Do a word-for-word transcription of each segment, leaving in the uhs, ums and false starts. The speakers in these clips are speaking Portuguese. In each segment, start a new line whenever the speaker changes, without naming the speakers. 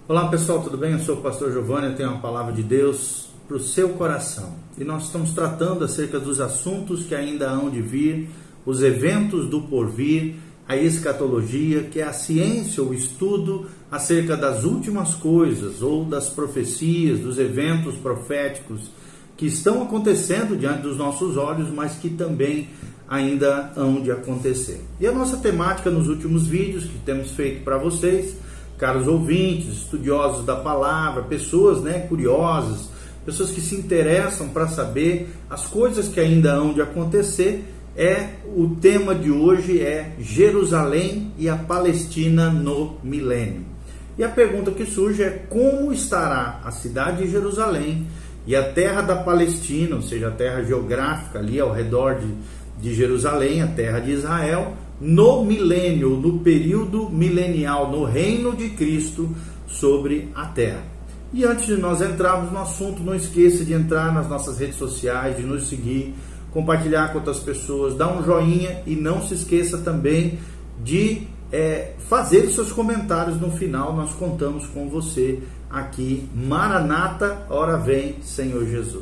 Olá pessoal, tudo bem? Eu sou o pastor Giovanni, eu tenho uma palavra de Deus para o seu coração. E nós estamos tratando acerca dos assuntos que ainda hão de vir, os eventos do porvir, a escatologia, que é a ciência, o estudo acerca das últimas coisas, ou das profecias, dos eventos proféticos que estão acontecendo diante dos nossos olhos, mas que também ainda hão de acontecer. E a nossa temática nos últimos vídeos que temos feito para vocês, caros ouvintes, estudiosos da palavra, pessoas né, curiosas, pessoas que se interessam para saber as coisas que ainda hão de acontecer, é o tema de hoje é Jerusalém e a Palestina no milênio. E a pergunta que surge é como estará a cidade de Jerusalém e a terra da Palestina, ou seja, a terra geográfica ali ao redor de, de Jerusalém, a terra de Israel, no milênio, no período milenial, no reino de Cristo sobre a terra. E antes de nós entrarmos no assunto, não esqueça de entrar nas nossas redes sociais, de nos seguir, compartilhar com outras pessoas, dar um joinha e não se esqueça também de é, fazer os seus comentários no final. Nós contamos com você aqui. Maranata, ora vem, Senhor Jesus.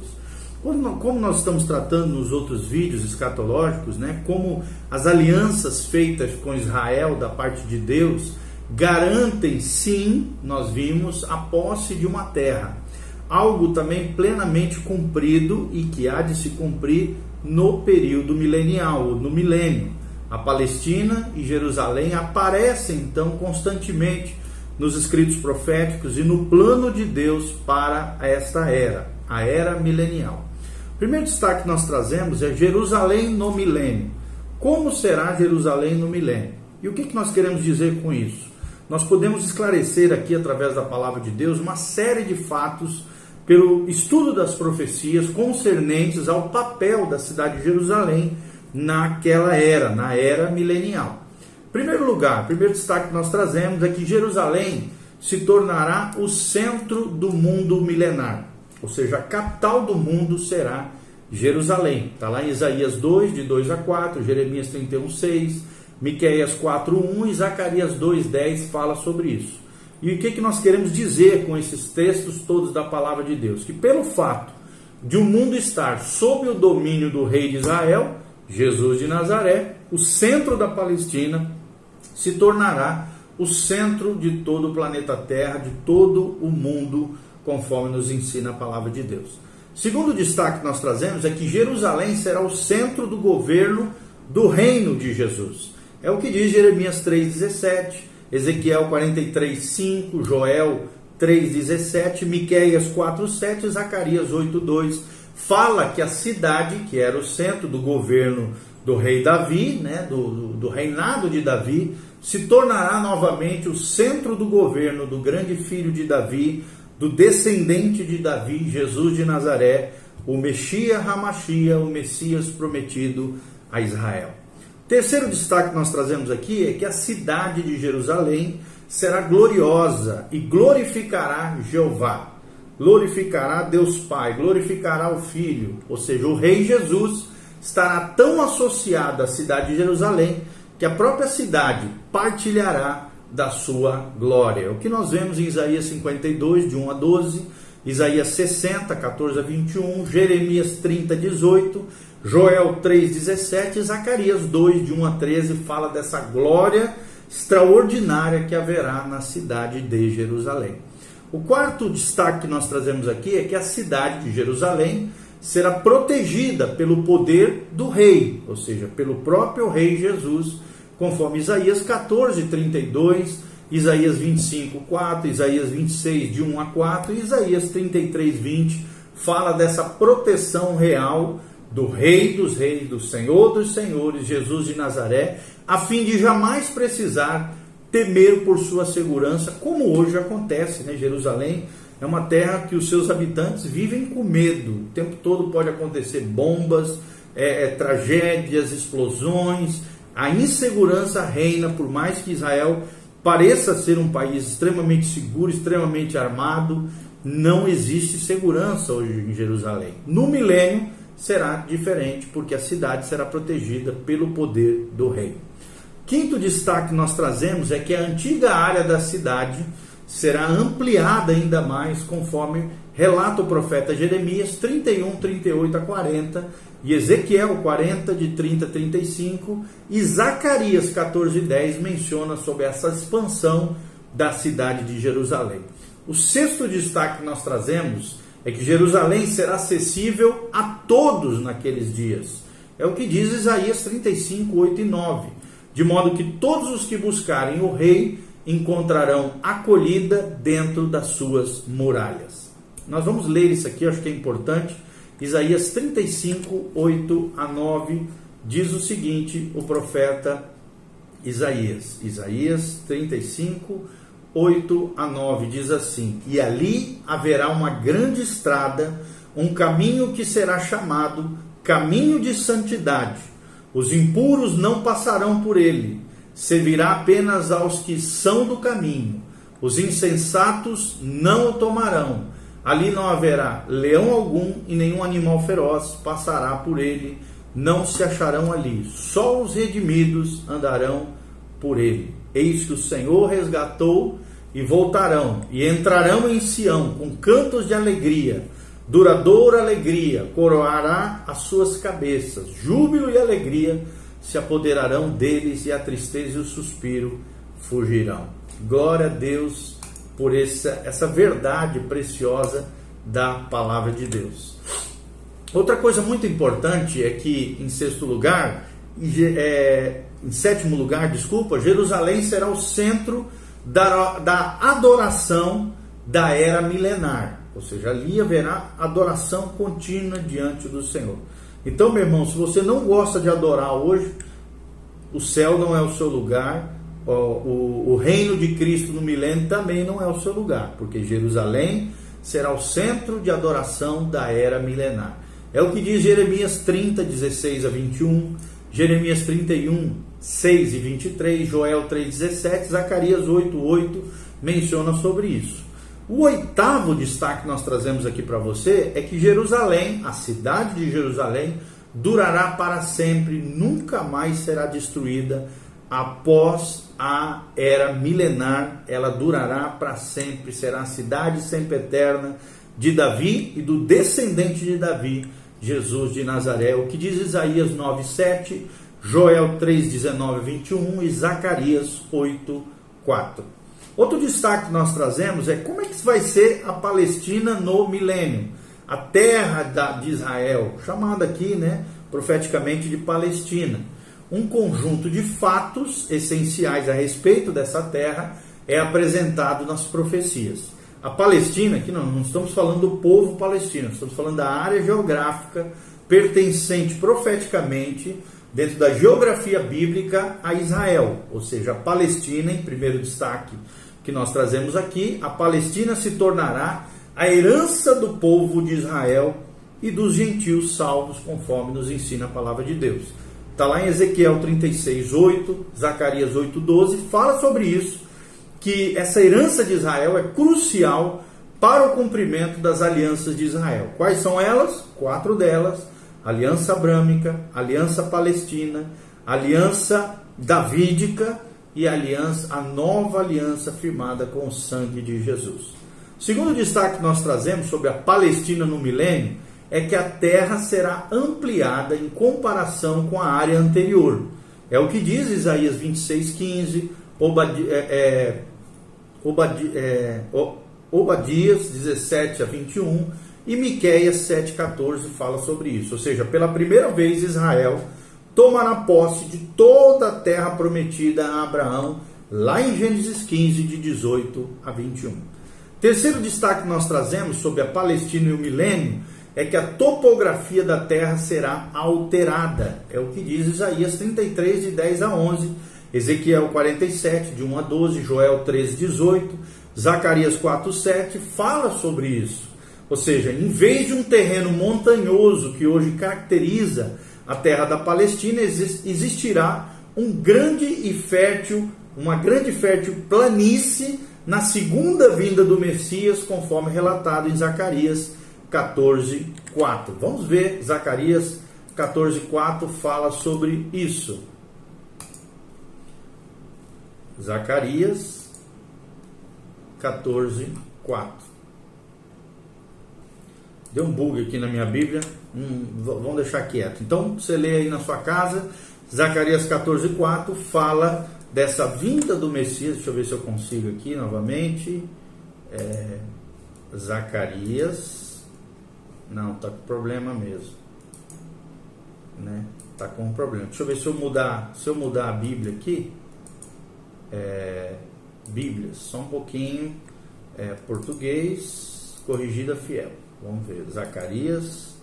Como nós estamos tratando nos outros vídeos escatológicos, né, como as alianças feitas com Israel da parte de Deus garantem, sim, nós vimos, a posse de uma terra. Algo também plenamente cumprido e que há de se cumprir no período milenial, no milênio. A Palestina e Jerusalém aparecem, então, constantemente nos escritos proféticos e no plano de Deus para esta era, a era milenial. O primeiro destaque que nós trazemos é Jerusalém no milênio. Como será Jerusalém no milênio? E o que, que nós queremos dizer com isso? Nós podemos esclarecer aqui, através da palavra de Deus, uma série de fatos pelo estudo das profecias concernentes ao papel da cidade de Jerusalém naquela era, na era milenial. Em primeiro lugar, o primeiro destaque que nós trazemos é que Jerusalém se tornará o centro do mundo milenar. Ou seja, a capital do mundo será Jerusalém. Está lá em Isaías dois, de dois a quatro, Jeremias trinta e um, seis, Miqueias quatro, um e Zacarias dois, dez fala sobre isso. E o que, que nós queremos dizer com esses textos todos da palavra de Deus? Que pelo fato de o mundo estar sob o domínio do rei de Israel, Jesus de Nazaré, o centro da Palestina se tornará o centro de todo o planeta Terra, de todo o mundo, conforme nos ensina a palavra de Deus. Segundo destaque que nós trazemos é que Jerusalém será o centro do governo do reino de Jesus. É o que diz Jeremias três, dezessete, Ezequiel quarenta e três, cinco, Joel três, dezessete, Miqueias quatro, sete, Zacarias oito, dois. Fala que a cidade, que era o centro do governo do rei Davi, né, do, do, do reinado de Davi, se tornará novamente o centro do governo do grande filho de Davi, do descendente de Davi, Jesus de Nazaré, o Messias Hamashia, o Messias prometido a Israel. Terceiro destaque que nós trazemos aqui é que a cidade de Jerusalém será gloriosa e glorificará Jeová, glorificará Deus Pai, glorificará o Filho, ou seja, o Rei Jesus estará tão associado à cidade de Jerusalém que a própria cidade partilhará da sua glória. O que nós vemos em Isaías cinquenta e dois, de um a doze, Isaías sessenta, quatorze a vinte e um, Jeremias trinta, dezoito, Joel três, dezessete, Zacarias dois, de um a treze, fala dessa glória extraordinária que haverá na cidade de Jerusalém. O quarto destaque que nós trazemos aqui é que a cidade de Jerusalém será protegida pelo poder do rei, ou seja, pelo próprio rei Jesus, conforme Isaías quatorze, trinta e dois, Isaías vinte e cinco, quatro, Isaías vinte e seis, de um a quatro, e Isaías trinta e três, vinte, fala dessa proteção real do Rei dos Reis, do Senhor dos Senhores, Jesus de Nazaré, a fim de jamais precisar temer por sua segurança, como hoje acontece, né? Jerusalém é uma terra que os seus habitantes vivem com medo, o tempo todo pode acontecer bombas, é, é, tragédias, explosões, a insegurança reina, por mais que Israel pareça ser um país extremamente seguro, extremamente armado, não existe segurança hoje em Jerusalém. No milênio será diferente, porque a cidade será protegida pelo poder do rei. Quinto destaque que nós trazemos é que a antiga área da cidade será ampliada ainda mais, conforme relata o profeta Jeremias trinta e um, trinta e oito a quarenta, e Ezequiel quarenta, de trinta a trinta e cinco, e Zacarias quatorze, dez menciona sobre essa expansão da cidade de Jerusalém. O sexto destaque que nós trazemos é que Jerusalém será acessível a todos naqueles dias. É o que diz Isaías trinta e cinco, oito e nove. De modo que todos os que buscarem o rei encontrarão acolhida dentro das suas muralhas. Nós vamos ler isso aqui, acho que é importante. Isaías trinta e cinco, oito a nove, diz o seguinte, o profeta Isaías. Isaías trinta e cinco, oito a nove, diz assim: E ali haverá uma grande estrada, um caminho que será chamado caminho de santidade. Os impuros não passarão por ele, servirá apenas aos que são do caminho. Os insensatos não o tomarão. Ali não haverá leão algum e nenhum animal feroz passará por ele, não se acharão ali. Só os redimidos andarão por ele. Eis que o Senhor resgatou e voltarão, e entrarão em Sião com cantos de alegria. Duradoura alegria coroará as suas cabeças. Júbilo e alegria se apoderarão deles, e a tristeza e o suspiro fugirão. Glória a Deus por essa, essa verdade preciosa da palavra de Deus. Outra coisa muito importante é que, em sexto lugar, é, em sétimo lugar, desculpa, Jerusalém será o centro da, da adoração da era milenar. Ou seja, ali haverá adoração contínua diante do Senhor. Então, meu irmão, se você não gosta de adorar hoje, o céu não é o seu lugar. O, o, o reino de Cristo no milênio também não é o seu lugar, porque Jerusalém será o centro de adoração da era milenar. É o que diz Jeremias trinta, dezesseis a vinte e um, Jeremias trinta e um, seis e vinte e três, Joel três, dezessete, Zacarias oito, oito menciona sobre isso. O oitavo destaque que nós trazemos aqui para você é que Jerusalém, a cidade de Jerusalém, durará para sempre, nunca mais será destruída. Após a era milenar, ela durará para sempre, será a cidade sempre eterna de Davi e do descendente de Davi, Jesus de Nazaré. O que diz Isaías nove, sete, Joel três, dezenove a vinte e um e Zacarias oito, quatro. Outro destaque que nós trazemos é como é que vai ser a Palestina no milênio, a terra da, de Israel, chamada aqui, né, profeticamente de Palestina. Um conjunto de fatos essenciais a respeito dessa terra é apresentado nas profecias. A Palestina, aqui não, não estamos falando do povo palestino, estamos falando da área geográfica pertencente profeticamente, dentro da geografia bíblica, a Israel. Ou seja, a Palestina, em primeiro destaque que nós trazemos aqui, a Palestina se tornará a herança do povo de Israel e dos gentios salvos, conforme nos ensina a palavra de Deus. Está lá em Ezequiel trinta e seis, oito, Zacarias oito, doze, fala sobre isso, que essa herança de Israel é crucial para o cumprimento das alianças de Israel. Quais são elas? Quatro delas: aliança abrâmica, aliança palestina, aliança davídica e aliança, a nova aliança firmada com o sangue de Jesus. O segundo destaque que nós trazemos sobre a Palestina no milênio é que a terra será ampliada em comparação com a área anterior. É o que diz Isaías vinte e seis, quinze, Obadi, é, é, Obadi, é, Obadias dezessete a vinte e um e Miqueias sete, quatorze fala sobre isso. Ou seja, pela primeira vez Israel tomará posse de toda a terra prometida a Abraão, lá em Gênesis quinze, de dezoito a vinte e um. Terceiro destaque que nós trazemos sobre a Palestina e o milênio é que a topografia da terra será alterada. É o que diz Isaías trinta e três, de dez a onze, Ezequiel quarenta e sete, de um a doze, Joel treze, dezoito, Zacarias quatro, sete, fala sobre isso. Ou seja, em vez de um terreno montanhoso que hoje caracteriza a terra da Palestina, existirá um grande e fértil, uma grande e fértil planície na segunda vinda do Messias, conforme relatado em Zacarias quatorze, quatro. Vamos ver, Zacarias quatorze, quatro fala sobre isso. Zacarias catorze, quatro. Deu um bug aqui na minha Bíblia, hum, vamos deixar quieto. Então, você lê aí na sua casa, Zacarias catorze, quatro, fala dessa vinda do Messias. Deixa eu ver se eu consigo aqui novamente. É, Zacarias, não, tá com problema mesmo, né? Tá com problema. Deixa eu ver se eu mudar, se eu mudar a Bíblia aqui, é, Bíblia, só um pouquinho, é, português, corrigida fiel. Vamos ver, Zacarias,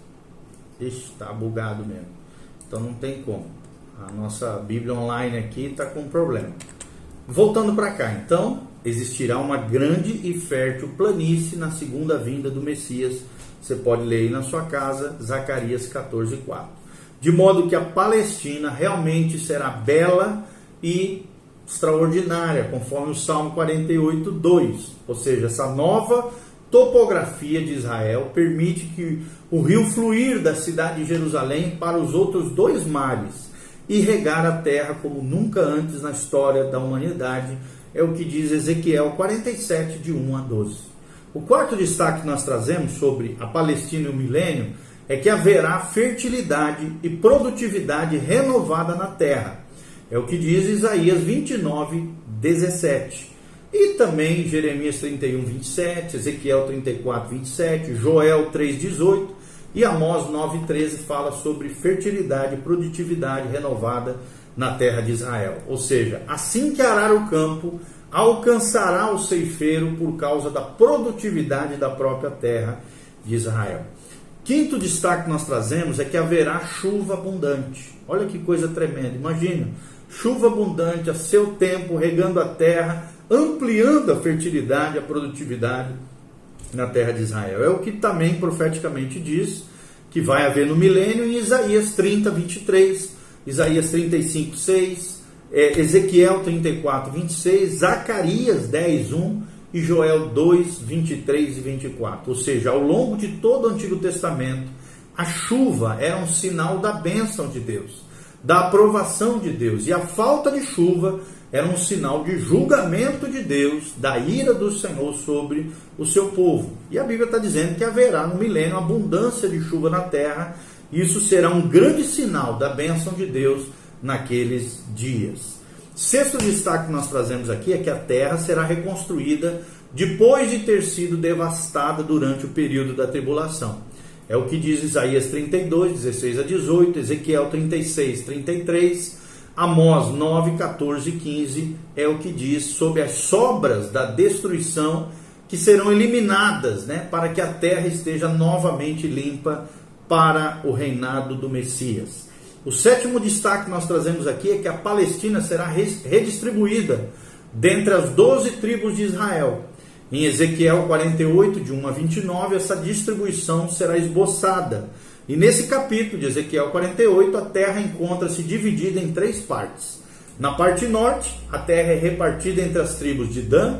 ixi, tá bugado mesmo, então não tem como, a nossa Bíblia online aqui está com problema. Voltando para cá, então, existirá uma grande e fértil planície na segunda vinda do Messias. Você pode ler aí na sua casa, Zacarias catorze, quatro. De modo que a Palestina realmente será bela e extraordinária, conforme o Salmo quarenta e oito, dois, ou seja, essa nova topografia de Israel permite que o rio fluir da cidade de Jerusalém para os outros dois mares e regar a terra como nunca antes na história da humanidade, é o que diz Ezequiel quarenta e sete, de um a doze. O quarto destaque que nós trazemos sobre a Palestina e o milênio é que haverá fertilidade e produtividade renovada na terra, é o que diz Isaías vinte e nove, dezessete. E também Jeremias trinta e um, vinte e sete, Ezequiel trinta e quatro, vinte e sete, Joel três, dezoito e Amós nove, treze fala sobre fertilidade e produtividade renovada na terra de Israel. Ou seja, assim que arar o campo, alcançará o ceifeiro por causa da produtividade da própria terra de Israel. Quinto destaque que nós trazemos é que haverá chuva abundante. Olha que coisa tremenda, imagina, chuva abundante a seu tempo, regando a terra, ampliando a fertilidade, a produtividade na terra de Israel. É o que também profeticamente diz que vai haver no milênio em Isaías trinta, vinte e três, Isaías trinta e cinco, seis, é, Ezequiel trinta e quatro, vinte e seis, Zacarias dez, um e Joel dois, vinte e três e vinte e quatro. Ou seja, ao longo de todo o Antigo Testamento, a chuva era um sinal da bênção de Deus, da aprovação de Deus, e a falta de chuva era um sinal de julgamento de Deus, da ira do Senhor sobre o seu povo. E a Bíblia está dizendo que haverá no milênio abundância de chuva na terra, e isso será um grande sinal da bênção de Deus naqueles dias. Sexto destaque que nós trazemos aqui é que a terra será reconstruída depois de ter sido devastada durante o período da tribulação. É o que diz Isaías trinta e dois, dezesseis a dezoito, Ezequiel trinta e seis, trinta e três, Amós nove, catorze e quinze é o que diz sobre as sobras da destruição que serão eliminadas, né, para que a terra esteja novamente limpa para o reinado do Messias. O sétimo destaque que nós trazemos aqui é que a Palestina será redistribuída dentre as doze tribos de Israel. Em Ezequiel quarenta e oito, de um a vinte e nove, essa distribuição será esboçada. E nesse capítulo de Ezequiel quarenta e oito, a terra encontra-se dividida em três partes. Na parte norte, a terra é repartida entre as tribos de Dan,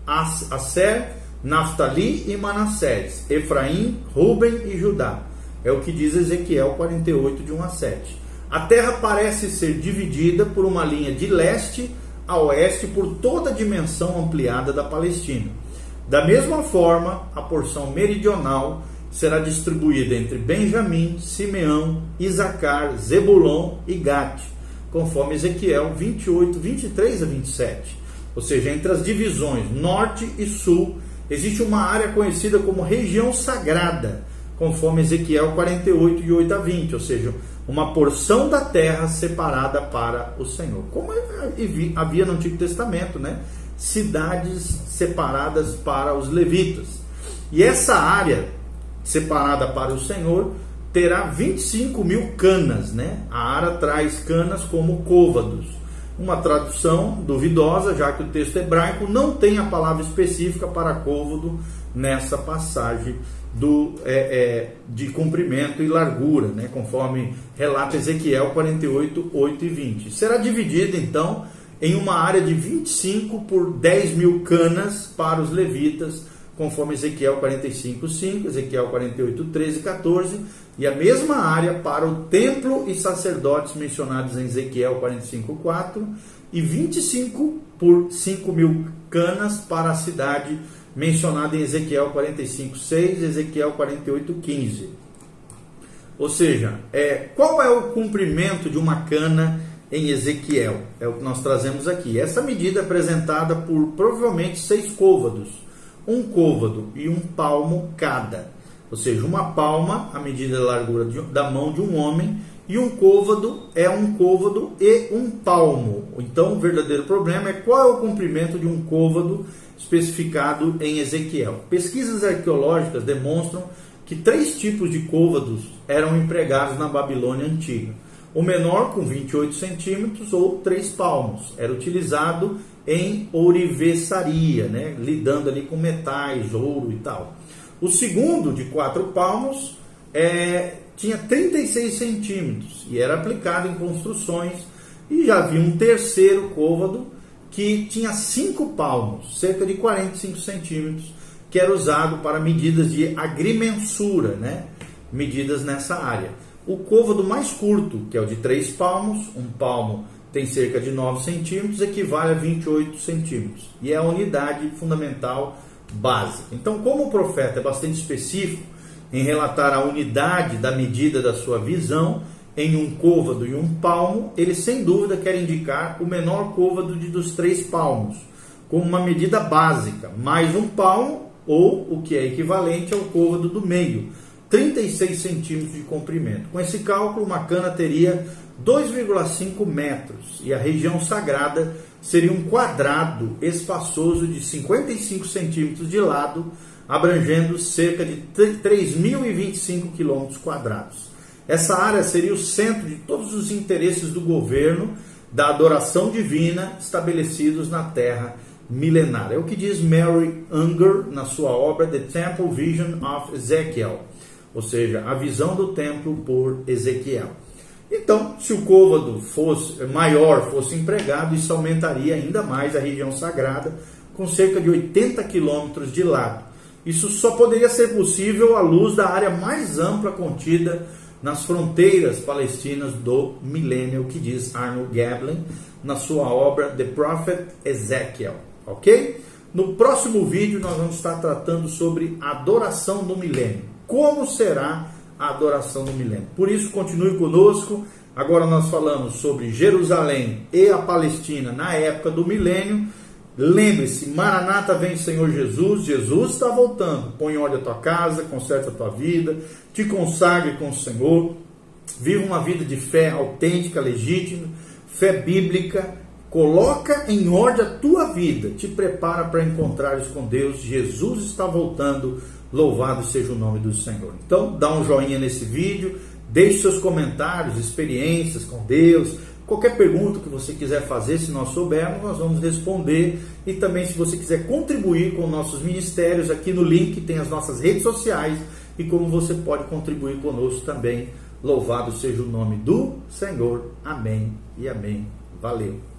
Asser, Naftali e Manassés, Efraim, Ruben e Judá. É o que diz Ezequiel quarenta e oito, de um a sete. A terra parece ser dividida por uma linha de leste a oeste por toda a dimensão ampliada da Palestina. Da mesma forma, a porção meridional será distribuída entre Benjamim, Simeão, Isacar, Zebulon e Gade, conforme Ezequiel vinte e oito, vinte e três a vinte e sete. Ou seja, entre as divisões norte e sul, existe uma área conhecida como região sagrada, conforme Ezequiel quarenta e oito, de oito a vinte, ou seja, uma porção da terra separada para o Senhor. Como havia no Antigo Testamento, né? Cidades separadas para os levitas. E essa área separada para o Senhor terá vinte e cinco mil canas, né? A Ara traz canas como côvados. Uma tradução duvidosa, já que o texto hebraico não tem a palavra específica para côvado nessa passagem do, é, é, de comprimento e largura, né? Conforme relata Ezequiel quarenta e oito, oito e vinte. Será dividida então em uma área de vinte e cinco por dez mil canas para os levitas, conforme Ezequiel quarenta e cinco, cinco, Ezequiel quarenta e oito, treze e quatorze, e a mesma área para o templo e sacerdotes mencionados em Ezequiel quarenta e cinco, quatro, e vinte e cinco por cinco mil canas para a cidade mencionada em Ezequiel quarenta e cinco, seis, Ezequiel quarenta e oito, quinze. Ou seja, é, qual é o comprimento de uma cana em Ezequiel? É o que nós trazemos aqui. Essa medida é apresentada por provavelmente seis côvados, um côvado e um palmo cada. Ou seja, uma palma, a medida da largura de, da mão de um homem, e um côvado é um côvado e um palmo. Então, o verdadeiro problema é qual é o comprimento de um côvado especificado em Ezequiel. Pesquisas arqueológicas demonstram que três tipos de côvados eram empregados na Babilônia antiga. O menor, com vinte e oito centímetros, ou três palmos, era utilizado em ourivesaria, né? Lidando ali com metais, ouro e tal. O segundo, de quatro palmos, é, tinha trinta e seis centímetros e era aplicado em construções. E já havia um terceiro côvado que tinha cinco palmos, cerca de quarenta e cinco centímetros, que era usado para medidas de agrimensura, né? Medidas nessa área. O côvado mais curto, que é o de três palmos, um palmo tem cerca de nove centímetros, equivale a vinte e oito centímetros. E é a unidade fundamental básica. Então, como o profeta é bastante específico em relatar a unidade da medida da sua visão, em um côvado e um palmo, ele sem dúvida quer indicar o menor côvado de, dos três palmos, como uma medida básica, mais um palmo, ou o que é equivalente ao côvado do meio, trinta e seis centímetros de comprimento. Com esse cálculo, uma cana teria dois vírgula cinco metros e a região sagrada seria um quadrado espaçoso de cinquenta e cinco centímetros de lado, abrangendo cerca de três mil e vinte e cinco quilômetros quadrados. Essa área seria o centro de todos os interesses do governo da adoração divina estabelecidos na terra milenar. É o que diz Mary Unger na sua obra The Temple Vision of Ezekiel, ou seja, a visão do templo por Ezequiel. Então, se o côvado fosse maior fosse empregado, isso aumentaria ainda mais a região sagrada, com cerca de oitenta quilômetros de lado. Isso só poderia ser possível à luz da área mais ampla contida nas fronteiras palestinas do milênio, que diz Arnold Gablen na sua obra The Prophet Ezekiel. Ok? No próximo vídeo nós vamos estar tratando sobre a adoração do milênio. Como será a adoração do milênio? Por isso, continue conosco. Agora nós falamos sobre Jerusalém e a Palestina na época do milênio. Lembre-se, Maranata, vem Senhor Jesus, Jesus está voltando. Põe em ordem a tua casa, conserta a tua vida, te consagre com o Senhor, viva uma vida de fé autêntica, legítima, fé bíblica, coloca em ordem a tua vida, te prepara para encontrares com Deus. Jesus está voltando, louvado seja o nome do Senhor. Então, dá um joinha nesse vídeo, deixe seus comentários, experiências com Deus. Qualquer pergunta que você quiser fazer, se nós soubermos, nós vamos responder. E também, se você quiser contribuir com nossos ministérios, aqui no link tem as nossas redes sociais e como você pode contribuir conosco também. Louvado seja o nome do Senhor. Amém e amém. Valeu.